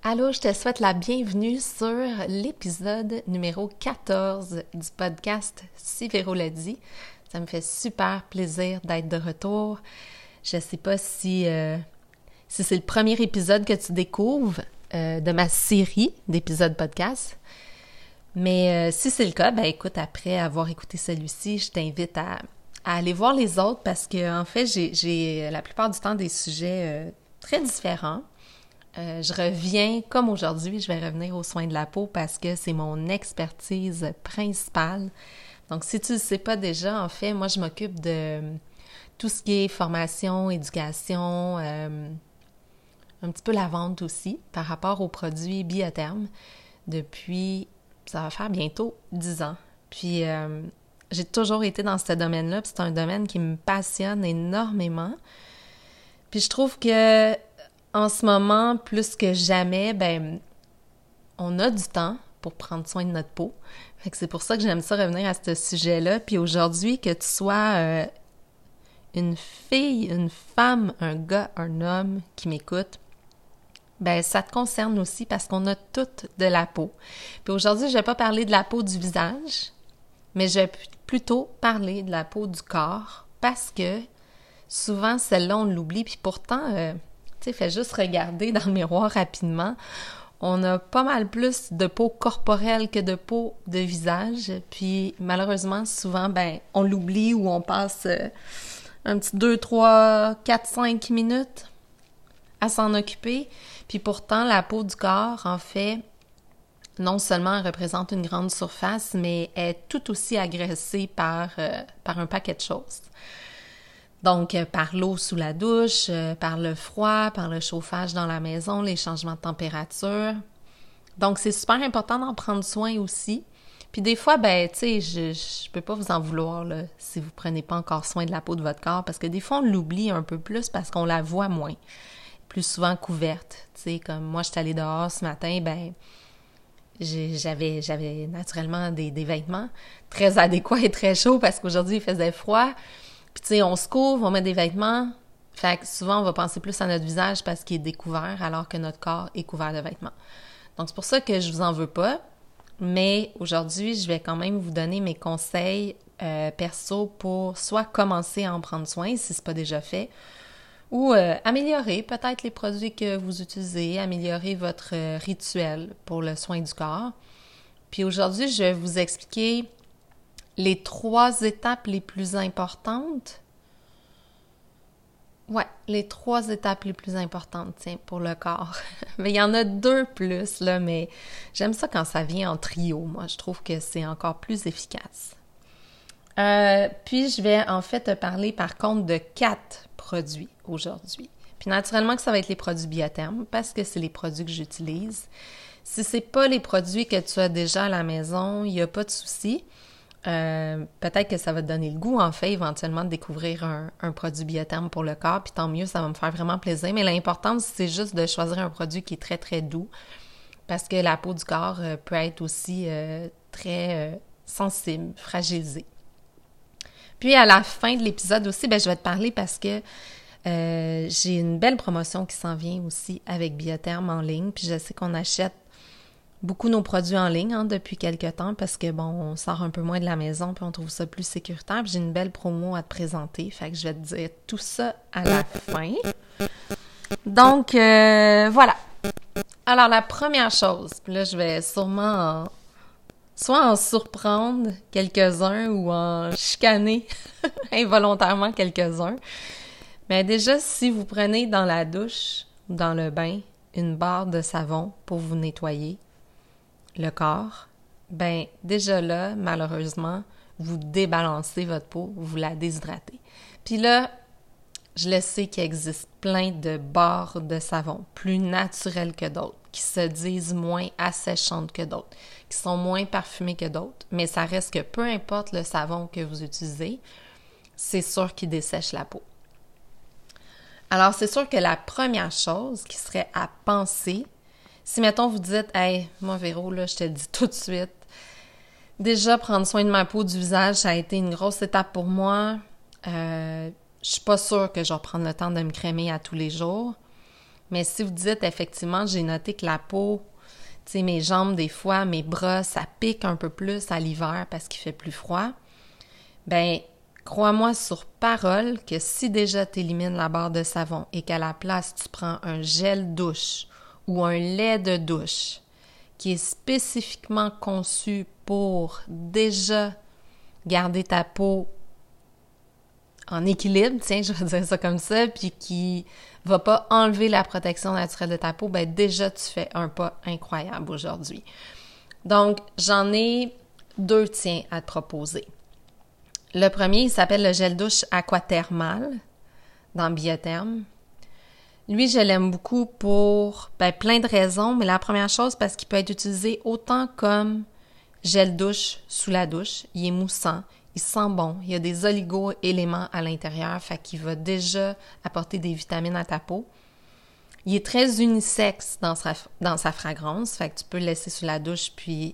Allô, je te souhaite la bienvenue sur l'épisode numéro 14 du podcast Si Véro l'a dit. Ça me fait super plaisir d'être de retour. Je sais pas si c'est le premier épisode que tu découvres de ma série d'épisodes podcast. Mais si c'est le cas, ben écoute, après avoir écouté celui-ci, je t'invite à aller voir les autres parce que en fait, j'ai la plupart du temps des sujets très différents. Je reviens, comme aujourd'hui, je vais revenir aux soins de la peau parce que c'est mon expertise principale. Donc, si tu ne le sais pas déjà, en fait, moi, je m'occupe de tout ce qui est formation, éducation, un petit peu la vente aussi par rapport aux produits Biotherme depuis, ça va faire bientôt 10 ans. Puis, j'ai toujours été dans ce domaine-là, puis c'est un domaine qui me passionne énormément. Puis, je trouve que en ce moment, plus que jamais, ben, on a du temps pour prendre soin de notre peau. Fait que c'est pour ça que j'aime ça revenir à ce sujet-là. Puis aujourd'hui, que tu sois une fille, une femme, un gars, un homme qui m'écoute, ben ça te concerne aussi parce qu'on a toutes de la peau. Puis aujourd'hui, je vais pas parler de la peau du visage, mais je vais plutôt parler de la peau du corps parce que souvent, celle-là, on l'oublie. Puis pourtant, tu sais, fais juste regarder dans le miroir rapidement. On a pas mal plus de peau corporelle que de peau de visage. Puis malheureusement, souvent, ben, on l'oublie ou on passe un petit 2, 3, 4, 5 minutes à s'en occuper. Puis pourtant, la peau du corps, en fait, non seulement elle représente une grande surface, mais elle est tout aussi agressée par un paquet de choses. Donc, par l'eau sous la douche, par le froid, par le chauffage dans la maison, les changements de température. Donc, c'est super important d'en prendre soin aussi. Puis des fois, ben, tu sais, je peux pas vous en vouloir là, si vous prenez pas encore soin de la peau de votre corps, parce que des fois, on l'oublie un peu plus parce qu'on la voit moins, plus souvent couverte. Tu sais, comme moi, je suis allée dehors ce matin, ben, j'avais naturellement des vêtements très adéquats et très chauds parce qu'aujourd'hui, il faisait froid. Puis tu sais, on se couvre, on met des vêtements. Fait que souvent, on va penser plus à notre visage parce qu'il est découvert alors que notre corps est couvert de vêtements. Donc, c'est pour ça que je vous en veux pas. Mais aujourd'hui, je vais quand même vous donner mes conseils perso pour soit commencer à en prendre soin si c'est pas déjà fait, ou améliorer peut-être les produits que vous utilisez, améliorer votre rituel pour le soin du corps. Puis aujourd'hui, je vais vous expliquer les 3 étapes les plus importantes. Ouais, les 3 étapes les plus importantes, tiens, pour le corps. Mais il y en a 2 plus, là, mais j'aime ça quand ça vient en trio. Moi, je trouve que c'est encore plus efficace. Puis, je vais en fait te parler, par contre, de 4 produits aujourd'hui. Puis, naturellement que ça va être les produits Biotherme, parce que c'est les produits que j'utilise. Si c'est pas les produits que tu as déjà à la maison, il n'y a pas de souci. Peut-être que ça va te donner le goût, en fait, éventuellement, de découvrir un produit Biotherme pour le corps, puis tant mieux, ça va me faire vraiment plaisir. Mais l'important, c'est juste de choisir un produit qui est très, très doux, parce que la peau du corps peut être aussi très sensible, fragilisée. Puis, à la fin de l'épisode aussi, ben, je vais te parler parce que j'ai une belle promotion qui s'en vient aussi avec Biotherme en ligne, puis je sais qu'on achète beaucoup nos produits en ligne depuis quelques temps parce que, bon, on sort un peu moins de la maison puis on trouve ça plus sécuritaire. Puis j'ai une belle promo à te présenter. Fait que je vais te dire tout ça à la fin. Donc, voilà. Alors, la première chose, puis là, je vais sûrement soit en surprendre quelques-uns ou en chicaner involontairement quelques-uns. Mais déjà, si vous prenez dans la douche ou dans le bain une barre de savon pour vous nettoyer le corps, ben déjà là, malheureusement, vous débalancez votre peau, vous la déshydratez. Puis là, je le sais qu'il existe plein de barres de savon plus naturelles que d'autres, qui se disent moins asséchantes que d'autres, qui sont moins parfumées que d'autres, mais ça reste que peu importe le savon que vous utilisez, c'est sûr qu'il dessèche la peau. Alors, c'est sûr que la première chose qui serait à penser, si, mettons, vous dites « Hey, moi, Véro, là, je te le dis tout de suite, déjà, prendre soin de ma peau du visage, ça a été une grosse étape pour moi. Je suis pas sûre que je vais prendre le temps de me crémer à tous les jours. Mais si vous dites, effectivement, j'ai noté que la peau, tu sais, mes jambes, des fois, mes bras, ça pique un peu plus à l'hiver parce qu'il fait plus froid, ben crois-moi sur parole que si déjà tu élimines la barre de savon et qu'à la place, tu prends un gel douche ou un lait de douche qui est spécifiquement conçu pour déjà garder ta peau en équilibre, tiens, je vais dire ça comme ça, puis qui va pas enlever la protection naturelle de ta peau, ben déjà, tu fais un pas incroyable aujourd'hui. Donc, j'en ai 2, tiens, à te proposer. Le premier, il s'appelle le gel douche aquathermal dans Biotherme. Lui, je l'aime beaucoup pour plein de raisons, mais la première chose, parce qu'il peut être utilisé autant comme gel douche sous la douche. Il est moussant, il sent bon, il y a des oligo-éléments à l'intérieur, fait qu'il va déjà apporter des vitamines à ta peau. Il est très unisexe dans sa fragrance, fait que tu peux le laisser sous la douche, puis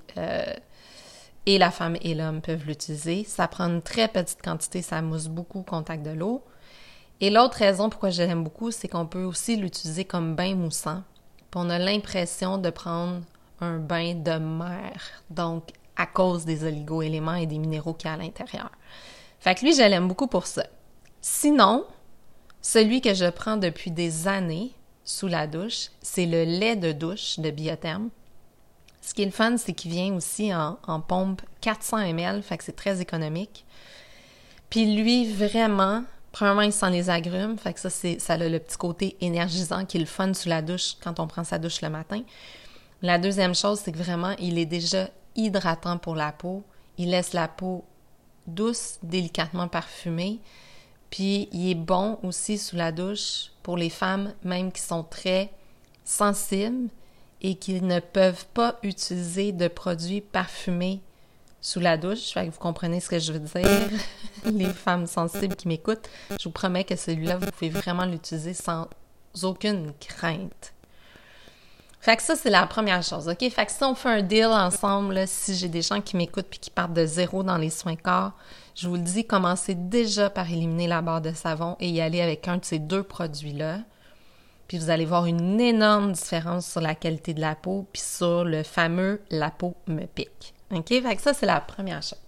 et la femme et l'homme peuvent l'utiliser. Ça prend une très petite quantité, ça mousse beaucoup au contact de l'eau. Et l'autre raison pourquoi je l'aime beaucoup, c'est qu'on peut aussi l'utiliser comme bain moussant. Puis on a l'impression de prendre un bain de mer, donc à cause des oligo-éléments et des minéraux qu'il y a à l'intérieur. Fait que lui, je l'aime beaucoup pour ça. Sinon, celui que je prends depuis des années sous la douche, c'est le lait de douche de Biotherme. Ce qui est le fun, c'est qu'il vient aussi en pompe 400 ml, fait que c'est très économique. Puis lui, vraiment, premièrement, il sent les agrumes, fait que ça a le petit côté énergisant qui est le fun sous la douche quand on prend sa douche le matin. La deuxième chose, c'est que vraiment, il est déjà hydratant pour la peau. Il laisse la peau douce, délicatement parfumée. Puis il est bon aussi sous la douche pour les femmes, même qui sont très sensibles et qui ne peuvent pas utiliser de produits parfumés sous la douche. Fait que vous comprenez ce que je veux dire. Les femmes sensibles qui m'écoutent, je vous promets que celui-là, vous pouvez vraiment l'utiliser sans aucune crainte. Fait que ça, c'est la première chose, OK? Fait que si on fait un deal ensemble, là, si j'ai des gens qui m'écoutent puis qui partent de zéro dans les soins corps, je vous le dis, commencez déjà par éliminer la barre de savon et y aller avec un de ces 2 produits-là. Puis vous allez voir une énorme différence sur la qualité de la peau puis sur le fameux « la peau me pique ». OK? Fait que ça, c'est la première chose.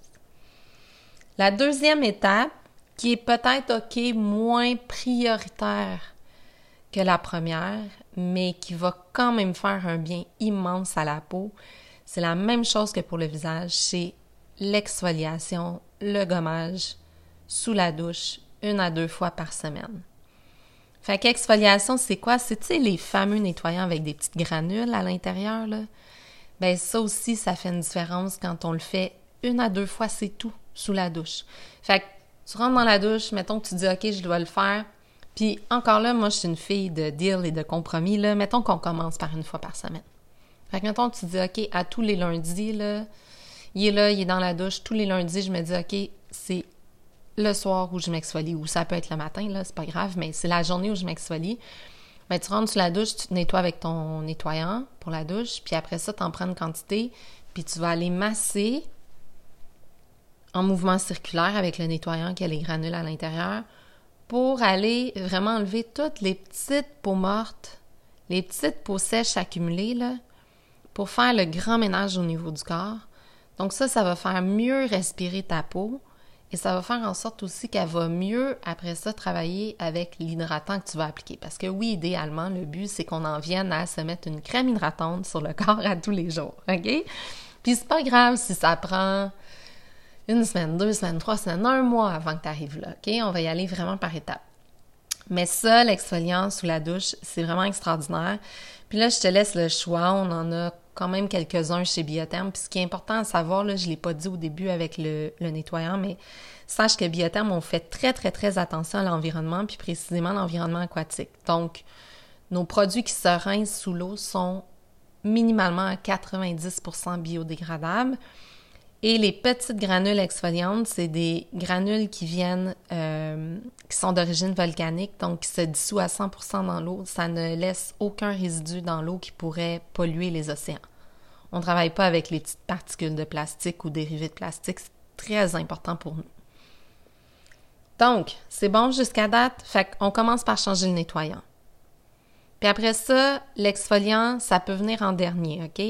La deuxième étape, qui est peut-être, OK, moins prioritaire que la première, mais qui va quand même faire un bien immense à la peau, c'est la même chose que pour le visage, c'est l'exfoliation, le gommage sous la douche 1 à 2 fois par semaine. Fait qu'exfoliation, c'est quoi? C'est, tu sais, les fameux nettoyants avec des petites granules à l'intérieur, là. Ben ça aussi, ça fait une différence quand on le fait 1 à 2 fois, c'est tout, sous la douche. Fait que tu rentres dans la douche, mettons que tu dis « OK, je dois le faire », puis encore là, moi, je suis une fille de deal et de compromis, là. Mettons qu'on commence par 1 fois par semaine. Fait que mettons que tu dis « OK, à tous les lundis, là, il est dans la douche, tous les lundis, je me dis « OK, c'est le soir où je m'exfolie » ou ça peut être le matin, là, c'est pas grave, mais c'est la journée où je m'exfolie. Ben, tu rentres sous la douche, tu te nettoies avec ton nettoyant pour la douche, puis après ça, tu en prends une quantité, puis tu vas aller masser en mouvement circulaire avec le nettoyant qui a les granules à l'intérieur pour aller vraiment enlever toutes les petites peaux mortes, les petites peaux sèches accumulées, là, pour faire le grand ménage au niveau du corps. Donc ça va faire mieux respirer ta peau et ça va faire en sorte aussi qu'elle va mieux, après ça, travailler avec l'hydratant que tu vas appliquer. Parce que oui, idéalement, le but, c'est qu'on en vienne à se mettre une crème hydratante sur le corps à tous les jours, OK? Puis c'est pas grave si ça prend 1 semaine, 2 semaines, 3 semaines, 1 mois avant que tu arrives là, OK? On va y aller vraiment par étapes. Mais ça, l'exfoliant sous la douche, c'est vraiment extraordinaire. Puis là, je te laisse le choix. On en a quand même quelques-uns chez Biotherme. Puis ce qui est important à savoir, là, je ne l'ai pas dit au début avec le nettoyant, mais sache que Biotherme, on fait très, très, très attention à l'environnement, puis précisément l'environnement aquatique. Donc, nos produits qui se rincent sous l'eau sont minimalement à 90% biodégradables. Et les petites granules exfoliantes, c'est des granules qui viennent, qui sont d'origine volcanique, donc qui se dissouent à 100% dans l'eau. Ça ne laisse aucun résidu dans l'eau qui pourrait polluer les océans. On ne travaille pas avec les petites particules de plastique ou dérivés de plastique. C'est très important pour nous. Donc, c'est bon jusqu'à date. Fait qu'on commence par changer le nettoyant. Puis après ça, l'exfoliant, ça peut venir en dernier, OK?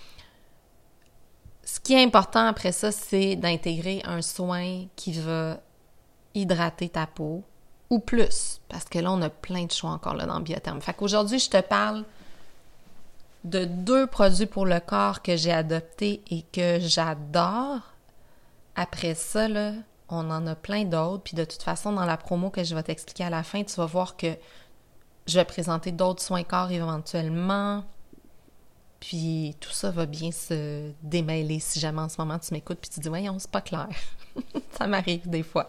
Ce qui est important après ça, c'est d'intégrer un soin qui va hydrater ta peau ou plus, parce que là, on a plein de choix encore là dans Biotherme. Fait qu'aujourd'hui, je te parle de 2 produits pour le corps que j'ai adoptés et que j'adore. Après ça, là, on en a plein d'autres. Puis de toute façon, dans la promo que je vais t'expliquer à la fin, tu vas voir que je vais présenter d'autres soins corps éventuellement. Puis tout ça va bien se démêler si jamais en ce moment tu m'écoutes puis tu dis « Voyons, c'est pas clair. » Ça m'arrive des fois.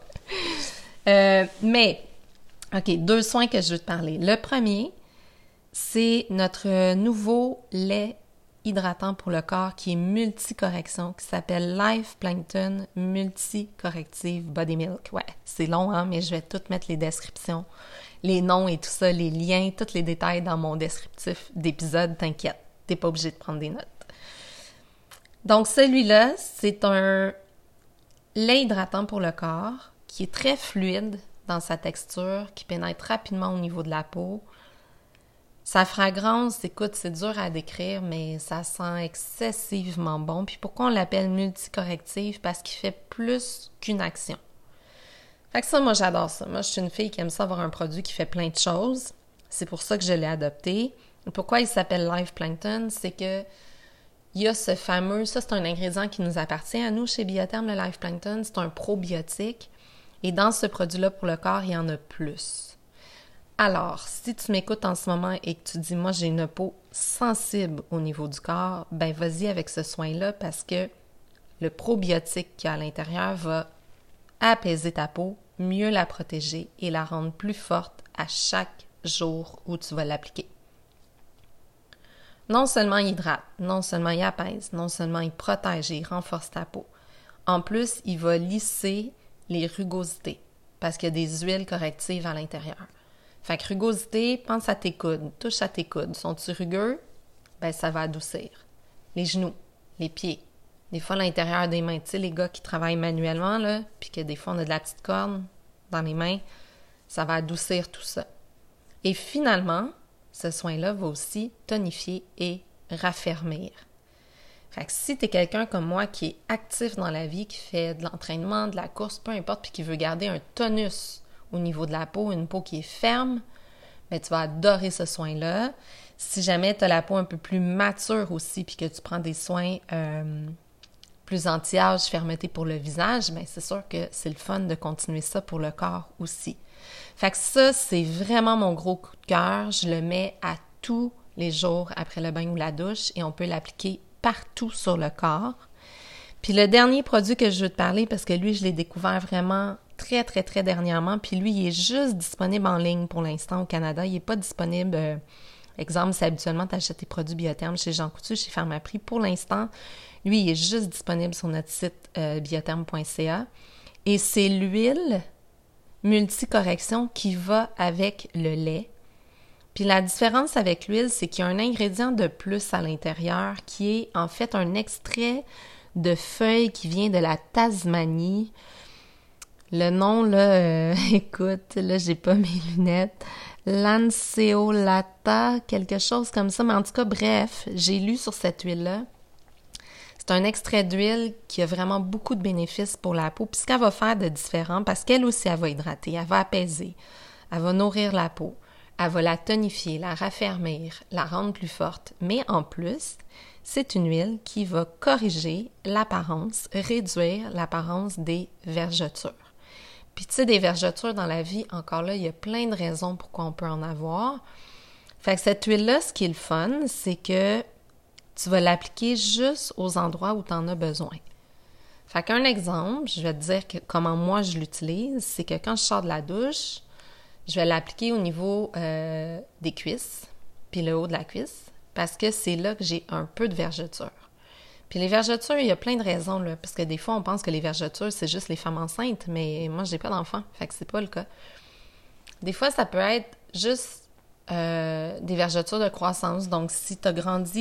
Mais, OK, 2 soins que je veux te parler. Le premier, c'est notre nouveau lait hydratant pour le corps qui est multi-correction, qui s'appelle Life Plankton Multi-Corrective Body Milk. Ouais, c'est long, hein, mais je vais tout mettre les descriptions, les noms et tout ça, les liens, tous les détails dans mon descriptif d'épisode, t'inquiète, t'es pas obligé de prendre des notes. Donc celui-là, c'est un lait hydratant pour le corps qui est très fluide dans sa texture, qui pénètre rapidement au niveau de la peau. Sa fragrance, écoute, c'est dur à décrire, mais ça sent excessivement bon. Puis pourquoi on l'appelle multicorrective? Parce qu'il fait plus qu'une action. Fait que ça, moi, j'adore ça. Moi, je suis une fille qui aime ça avoir un produit qui fait plein de choses. C'est pour ça que je l'ai adopté. Pourquoi il s'appelle Life Plankton? C'est que il y a ce fameux... Ça, c'est un ingrédient qui nous appartient à nous chez Biotherme, le Life Plankton. C'est un probiotique. Et dans ce produit-là, pour le corps, il y en a plus. Alors, si tu m'écoutes en ce moment et que tu dis « Moi, j'ai une peau sensible au niveau du corps », ben vas-y avec ce soin-là parce que le probiotique qu'il y a à l'intérieur va apaiser ta peau, mieux la protéger et la rendre plus forte à chaque jour où tu vas l'appliquer. Non seulement il hydrate, non seulement il apaise, non seulement il protège et il renforce ta peau. En plus, il va lisser les rugosités parce qu'il y a des huiles correctives à l'intérieur. Fait que rugosité, pense à tes coudes, touche à tes coudes. Sont-ils rugueux? Ben ça va adoucir. Les genoux, les pieds, des fois l'intérieur des mains. Tu sais, les gars qui travaillent manuellement, là, puis que des fois on a de la petite corne dans les mains, ça va adoucir tout ça. Et finalement, ce soin-là va aussi tonifier et raffermir. Fait que si tu es quelqu'un comme moi qui est actif dans la vie, qui fait de l'entraînement, de la course, peu importe, puis qui veut garder un tonus au niveau de la peau, une peau qui est ferme, bien, tu vas adorer ce soin-là. Si jamais tu as la peau un peu plus mature aussi, puis que tu prends des soins plus anti-âge, fermeté pour le visage, bien, c'est sûr que c'est le fun de continuer ça pour le corps aussi. Fait que ça, c'est vraiment mon gros coup de cœur. Je le mets à tous les jours après le bain ou la douche et on peut l'appliquer partout sur le corps. Puis le dernier produit que je veux te parler, parce que lui, je l'ai découvert vraiment très, très, très dernièrement, puis lui, il est juste disponible en ligne pour l'instant au Canada. Il n'est pas disponible, exemple, si habituellement tu achètes tes produits Biotherme chez Jean Coutu, chez Pharmaprix. Pour l'instant, lui, il est juste disponible sur notre site biotherme.ca. Et c'est l'huile multicorrection qui va avec le lait. Puis la différence avec l'huile, c'est qu'il y a un ingrédient de plus à l'intérieur qui est en fait un extrait de feuilles qui vient de la Tasmanie. Le nom, là, écoute, là, j'ai pas mes lunettes. Lanceolata, quelque chose comme ça. Mais en tout cas, bref, j'ai lu sur cette huile-là. C'est un extrait d'huile qui a vraiment beaucoup de bénéfices pour la peau. Puis ce qu'elle va faire de différent, parce qu'elle aussi, elle va hydrater, elle va apaiser, elle va nourrir la peau, elle va la tonifier, la raffermir, la rendre plus forte. Mais en plus, c'est une huile qui va corriger l'apparence, réduire l'apparence des vergetures. Puis tu sais, des vergetures dans la vie, encore là, il y a plein de raisons pourquoi on peut en avoir. Fait que cette huile-là, ce qui est le fun, c'est que tu vas l'appliquer juste aux endroits où tu en as besoin. Fait qu'un exemple, je vais te dire comment moi je l'utilise, c'est que quand je sors de la douche, je vais l'appliquer au niveau des cuisses, puis le haut de la cuisse, parce que c'est là que j'ai un peu de vergetures. Puis les vergetures, il y a plein de raisons, là, parce que des fois, on pense que les vergetures, c'est juste les femmes enceintes, mais moi, j'ai pas d'enfant, fait que c'est pas le cas. Des fois, ça peut être juste des vergetures de croissance. Donc, si tu as grandi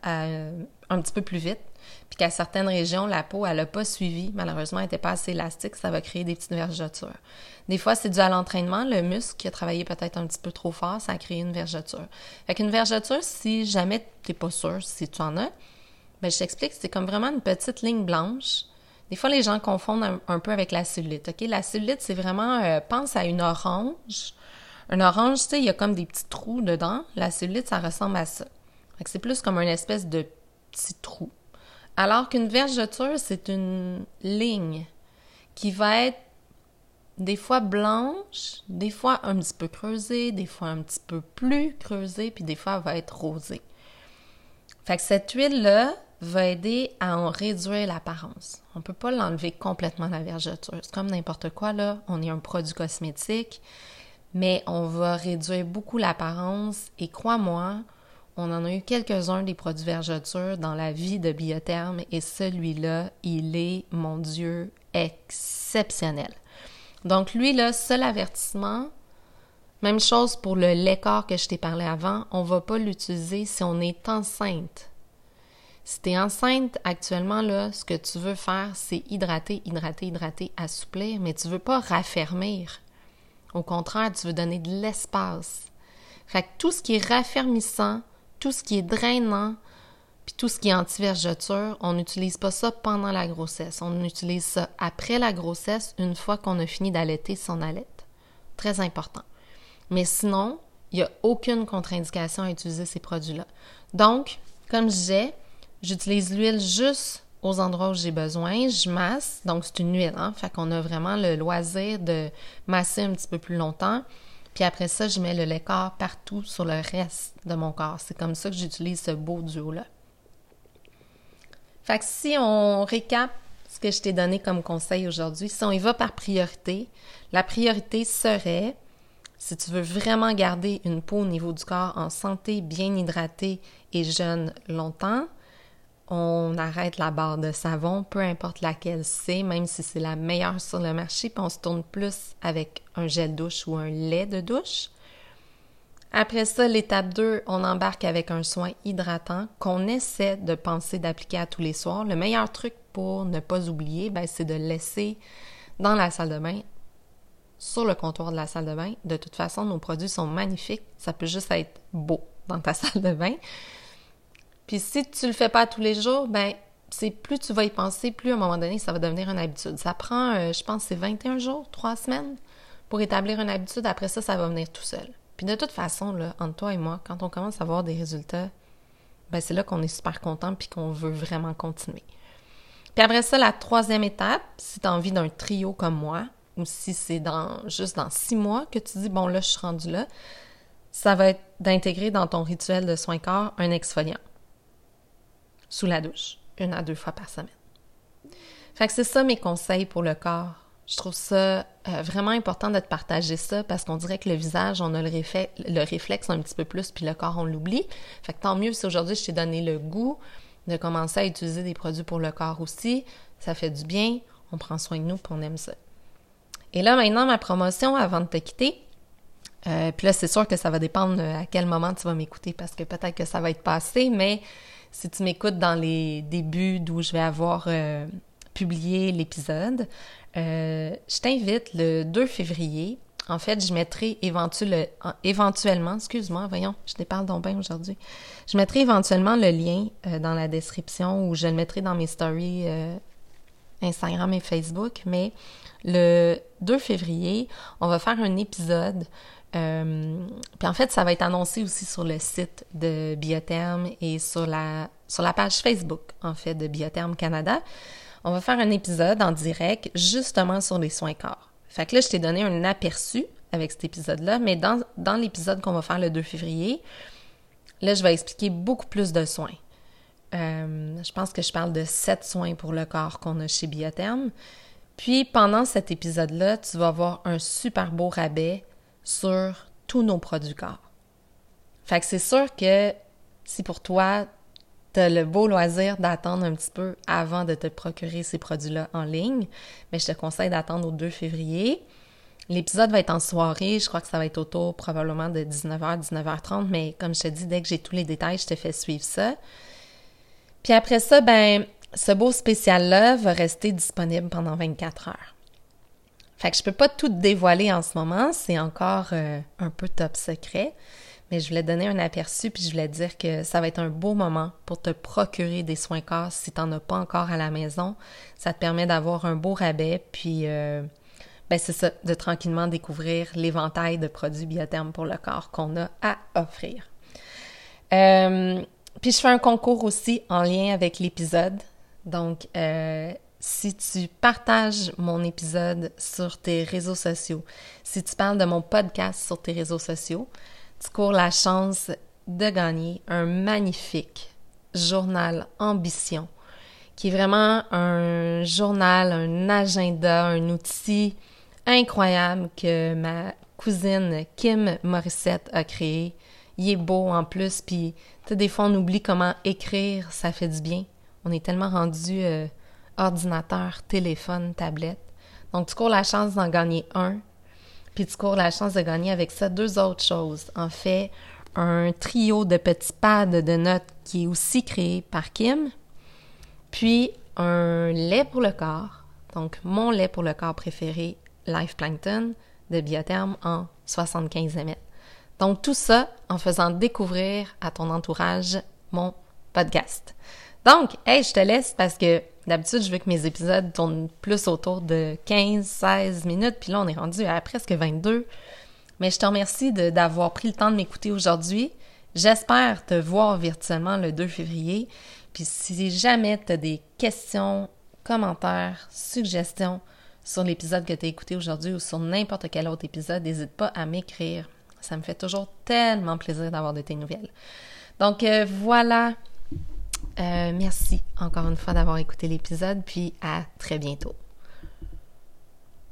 un petit peu plus vite, puis qu'à certaines régions, la peau, elle n'a pas suivi. Malheureusement, elle n'était pas assez élastique, ça va créer des petites vergetures. Des fois, c'est dû à l'entraînement, le muscle qui a travaillé peut-être un petit peu trop fort, ça a créé une vergeture. Fait qu'une vergeture, si jamais tu n'es pas sûr si tu en as, ben je t'explique, c'est comme vraiment une petite ligne blanche. Des fois, les gens confondent un peu avec la cellulite, OK? La cellulite, c'est vraiment, pense à une orange. Une orange, tu sais, il y a comme des petits trous dedans. La cellulite, ça ressemble à ça. Fait que c'est plus comme une espèce de petit trou. Alors qu'une vergeture, c'est une ligne qui va être des fois blanche, des fois un petit peu creusée, des fois un petit peu plus creusée, puis des fois elle va être rosée. Fait que cette huile-là va aider à en réduire l'apparence. On peut pas l'enlever complètement la vergeture. C'est comme n'importe quoi, là. On est un produit cosmétique, mais on va réduire beaucoup l'apparence et crois-moi, on en a eu quelques-uns des produits vergeture dans la vie de Biotherme et celui-là, il est, mon Dieu, exceptionnel. Donc lui, là, seul avertissement, même chose pour le lait-corps que je t'ai parlé avant, on ne va pas l'utiliser si on est enceinte. Si tu es enceinte actuellement, là, ce que tu veux faire, c'est hydrater, assouplir, mais tu ne veux pas raffermir. Au contraire, tu veux donner de l'espace. Fait que tout ce qui est raffermissant, tout ce qui est drainant, puis tout ce qui est anti-vergeture, on n'utilise pas ça pendant la grossesse. On utilise ça après la grossesse, une fois qu'on a fini d'allaiter son allaite. Très important. Mais sinon, il n'y a aucune contre-indication à utiliser ces produits-là. Donc, comme je disais, j'utilise l'huile juste aux endroits où j'ai besoin. Je masse, donc c'est une huile, hein? Fait qu'on a vraiment le loisir de masser un petit peu plus longtemps. Puis après ça, je mets le lait-corps partout sur le reste de mon corps. C'est comme ça que j'utilise ce beau duo-là. Fait que si on récap ce que je t'ai donné comme conseil aujourd'hui, si on y va par priorité, la priorité serait, si tu veux vraiment garder une peau au niveau du corps en santé, bien hydratée et jeune longtemps, on arrête la barre de savon, peu importe laquelle c'est, même si c'est la meilleure sur le marché, puis on se tourne plus avec un gel douche ou un lait de douche. Après ça, l'étape 2, on embarque avec un soin hydratant qu'on essaie de penser d'appliquer à tous les soirs. Le meilleur truc pour ne pas oublier, c'est de laisser dans la salle de bain, sur le comptoir de la salle de bain. De toute façon, nos produits sont magnifiques. Ça peut juste être beau dans ta salle de bain. Puis si tu le fais pas tous les jours, c'est plus tu vas y penser, plus à un moment donné, ça va devenir une habitude. Ça prend, je pense, c'est 21 jours, 3 semaines pour établir une habitude. Après ça, ça va venir tout seul. Puis de toute façon, là, entre toi et moi, quand on commence à voir des résultats, c'est là qu'on est super content puis qu'on veut vraiment continuer. Puis après ça, la 3e étape, si tu as envie d'un trio comme moi, ou si c'est juste dans 6 mois que tu dis, bon là, je suis rendue là, ça va être d'intégrer dans ton rituel de soin corps un exfoliant sous la douche, 1 à 2 fois par semaine. Fait que c'est ça mes conseils pour le corps. Je trouve ça vraiment important de te partager ça parce qu'on dirait que le visage, on a le réflexe un petit peu plus, puis le corps, on l'oublie. Fait que tant mieux si aujourd'hui, je t'ai donné le goût de commencer à utiliser des produits pour le corps aussi. Ça fait du bien, on prend soin de nous, puis on aime ça. Et là, maintenant, ma promotion avant de te quitter. Puis là, c'est sûr que ça va dépendre à quel moment tu vas m'écouter parce que peut-être que ça va être passé, mais si tu m'écoutes dans les débuts d'où je vais avoir publié l'épisode, je t'invite le 2 février. En fait, je mettrai éventuellement, excuse-moi, voyons, je te parle donc bien aujourd'hui. Je mettrai éventuellement le lien dans la description ou je le mettrai dans mes stories Instagram et Facebook, mais le 2 février, on va faire un épisode. Puis en fait, ça va être annoncé aussi sur le site de Biotherme et sur la page Facebook, en fait, de Biotherme Canada. On va faire un épisode en direct justement sur les soins corps. Fait que là, je t'ai donné un aperçu avec cet épisode-là, mais dans l'épisode qu'on va faire le 2 février, là, je vais expliquer beaucoup plus de soins. Je pense que je parle de 7 soins pour le corps qu'on a chez Biotherme. Puis, pendant cet épisode-là, tu vas avoir un super beau rabais sur tous nos produits corps. Fait que c'est sûr que si pour toi, tu as le beau loisir d'attendre un petit peu avant de te procurer ces produits-là en ligne, mais je te conseille d'attendre au 2 février. L'épisode va être en soirée, je crois que ça va être autour probablement de 19h, 19h30, mais comme je te dis, dès que j'ai tous les détails, je te fais suivre ça. Puis après ça, ben, ce beau spécial-là va rester disponible pendant 24 heures. Fait que je peux pas tout dévoiler en ce moment, c'est encore un peu top secret, mais je voulais donner un aperçu puis je voulais dire que ça va être un beau moment pour te procurer des soins corps si t'en as pas encore à la maison. Ça te permet d'avoir un beau rabais puis ben c'est ça, de tranquillement découvrir l'éventail de produits Biotherme pour le corps qu'on a à offrir. Puis je fais un concours aussi en lien avec l'épisode, donc si tu partages mon épisode sur tes réseaux sociaux, si tu parles de mon podcast sur tes réseaux sociaux, tu cours la chance de gagner un magnifique journal Ambition, qui est vraiment un journal, un agenda, un outil incroyable que ma cousine Kim Morissette a créé. Il est beau en plus, puis tu sais, des fois on oublie comment écrire, ça fait du bien. On est tellement rendu ordinateur, téléphone, tablette. Donc, tu cours la chance d'en gagner un, puis tu cours la chance de gagner avec ça 2 autres choses. En fait, un trio de petits pads de notes qui est aussi créé par Kim, puis un lait pour le corps, donc mon lait pour le corps préféré, Life Plankton, de Biotherme en 75 ml. Donc, tout ça en faisant découvrir à ton entourage mon podcast. Donc, hey, je te laisse parce que d'habitude, je veux que mes épisodes tournent plus autour de 15-16 minutes, puis là, on est rendu à presque 22. Mais je te remercie d'avoir pris le temps de m'écouter aujourd'hui. J'espère te voir virtuellement le 2 février. Puis si jamais tu as des questions, commentaires, suggestions sur l'épisode que tu as écouté aujourd'hui ou sur n'importe quel autre épisode, n'hésite pas à m'écrire. Ça me fait toujours tellement plaisir d'avoir de tes nouvelles. Donc voilà. Merci encore une fois d'avoir écouté l'épisode, puis à très bientôt.